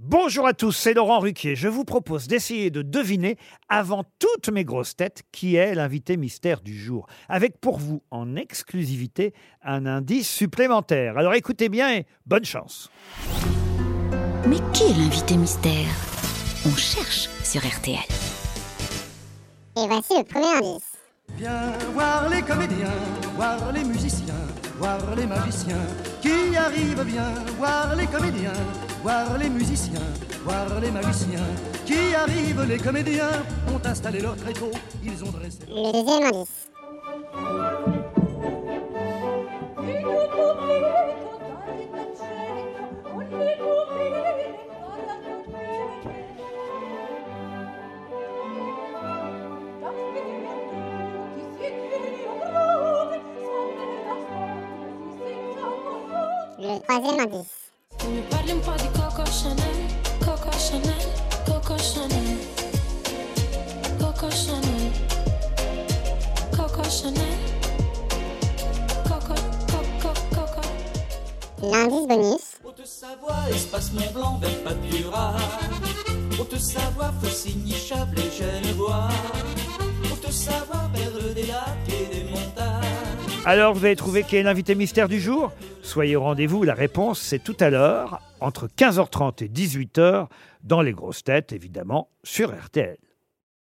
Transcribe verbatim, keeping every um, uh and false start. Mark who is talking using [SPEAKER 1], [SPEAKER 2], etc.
[SPEAKER 1] Bonjour à tous, c'est Laurent Ruquier. Je vous propose d'essayer de deviner, avant toutes mes grosses têtes, qui est l'invité mystère du jour. Avec pour vous, en exclusivité, un indice supplémentaire. Alors écoutez bien et bonne chance.
[SPEAKER 2] Mais qui est l'invité mystère? On cherche sur R T L.
[SPEAKER 3] Et voici le premier indice.
[SPEAKER 4] Viens voir les comédiens, voir les musiciens, voir les magiciens qui arrivent. Viens voir les comédiens, voir les musiciens, voir les magiciens qui arrivent. Les comédiens ont installé leur tréteau, ils ont dressé...
[SPEAKER 3] Le deuxième indice. Le troisième indice.
[SPEAKER 5] Ne parlons pas du Coco Chanel, Coco Chanel, Coco Chanel, Coco Chanel, Coco Chanel, Coco, Coco, Coco.
[SPEAKER 3] L'indice bonus.
[SPEAKER 6] Haute-Savoie, espace Mont Blanc, vers Pâturage. Haute-Savoie, Faucigny, Chablais, Genevois. Haute-Savoie, vers des lacs et des montagnes.
[SPEAKER 1] Alors, vous avez trouvé qui est l'invité mystère du jour? Soyez au rendez-vous, la réponse c'est tout à l'heure, entre quinze heures trente et dix-huit heures, dans les grosses têtes, évidemment, sur R T L.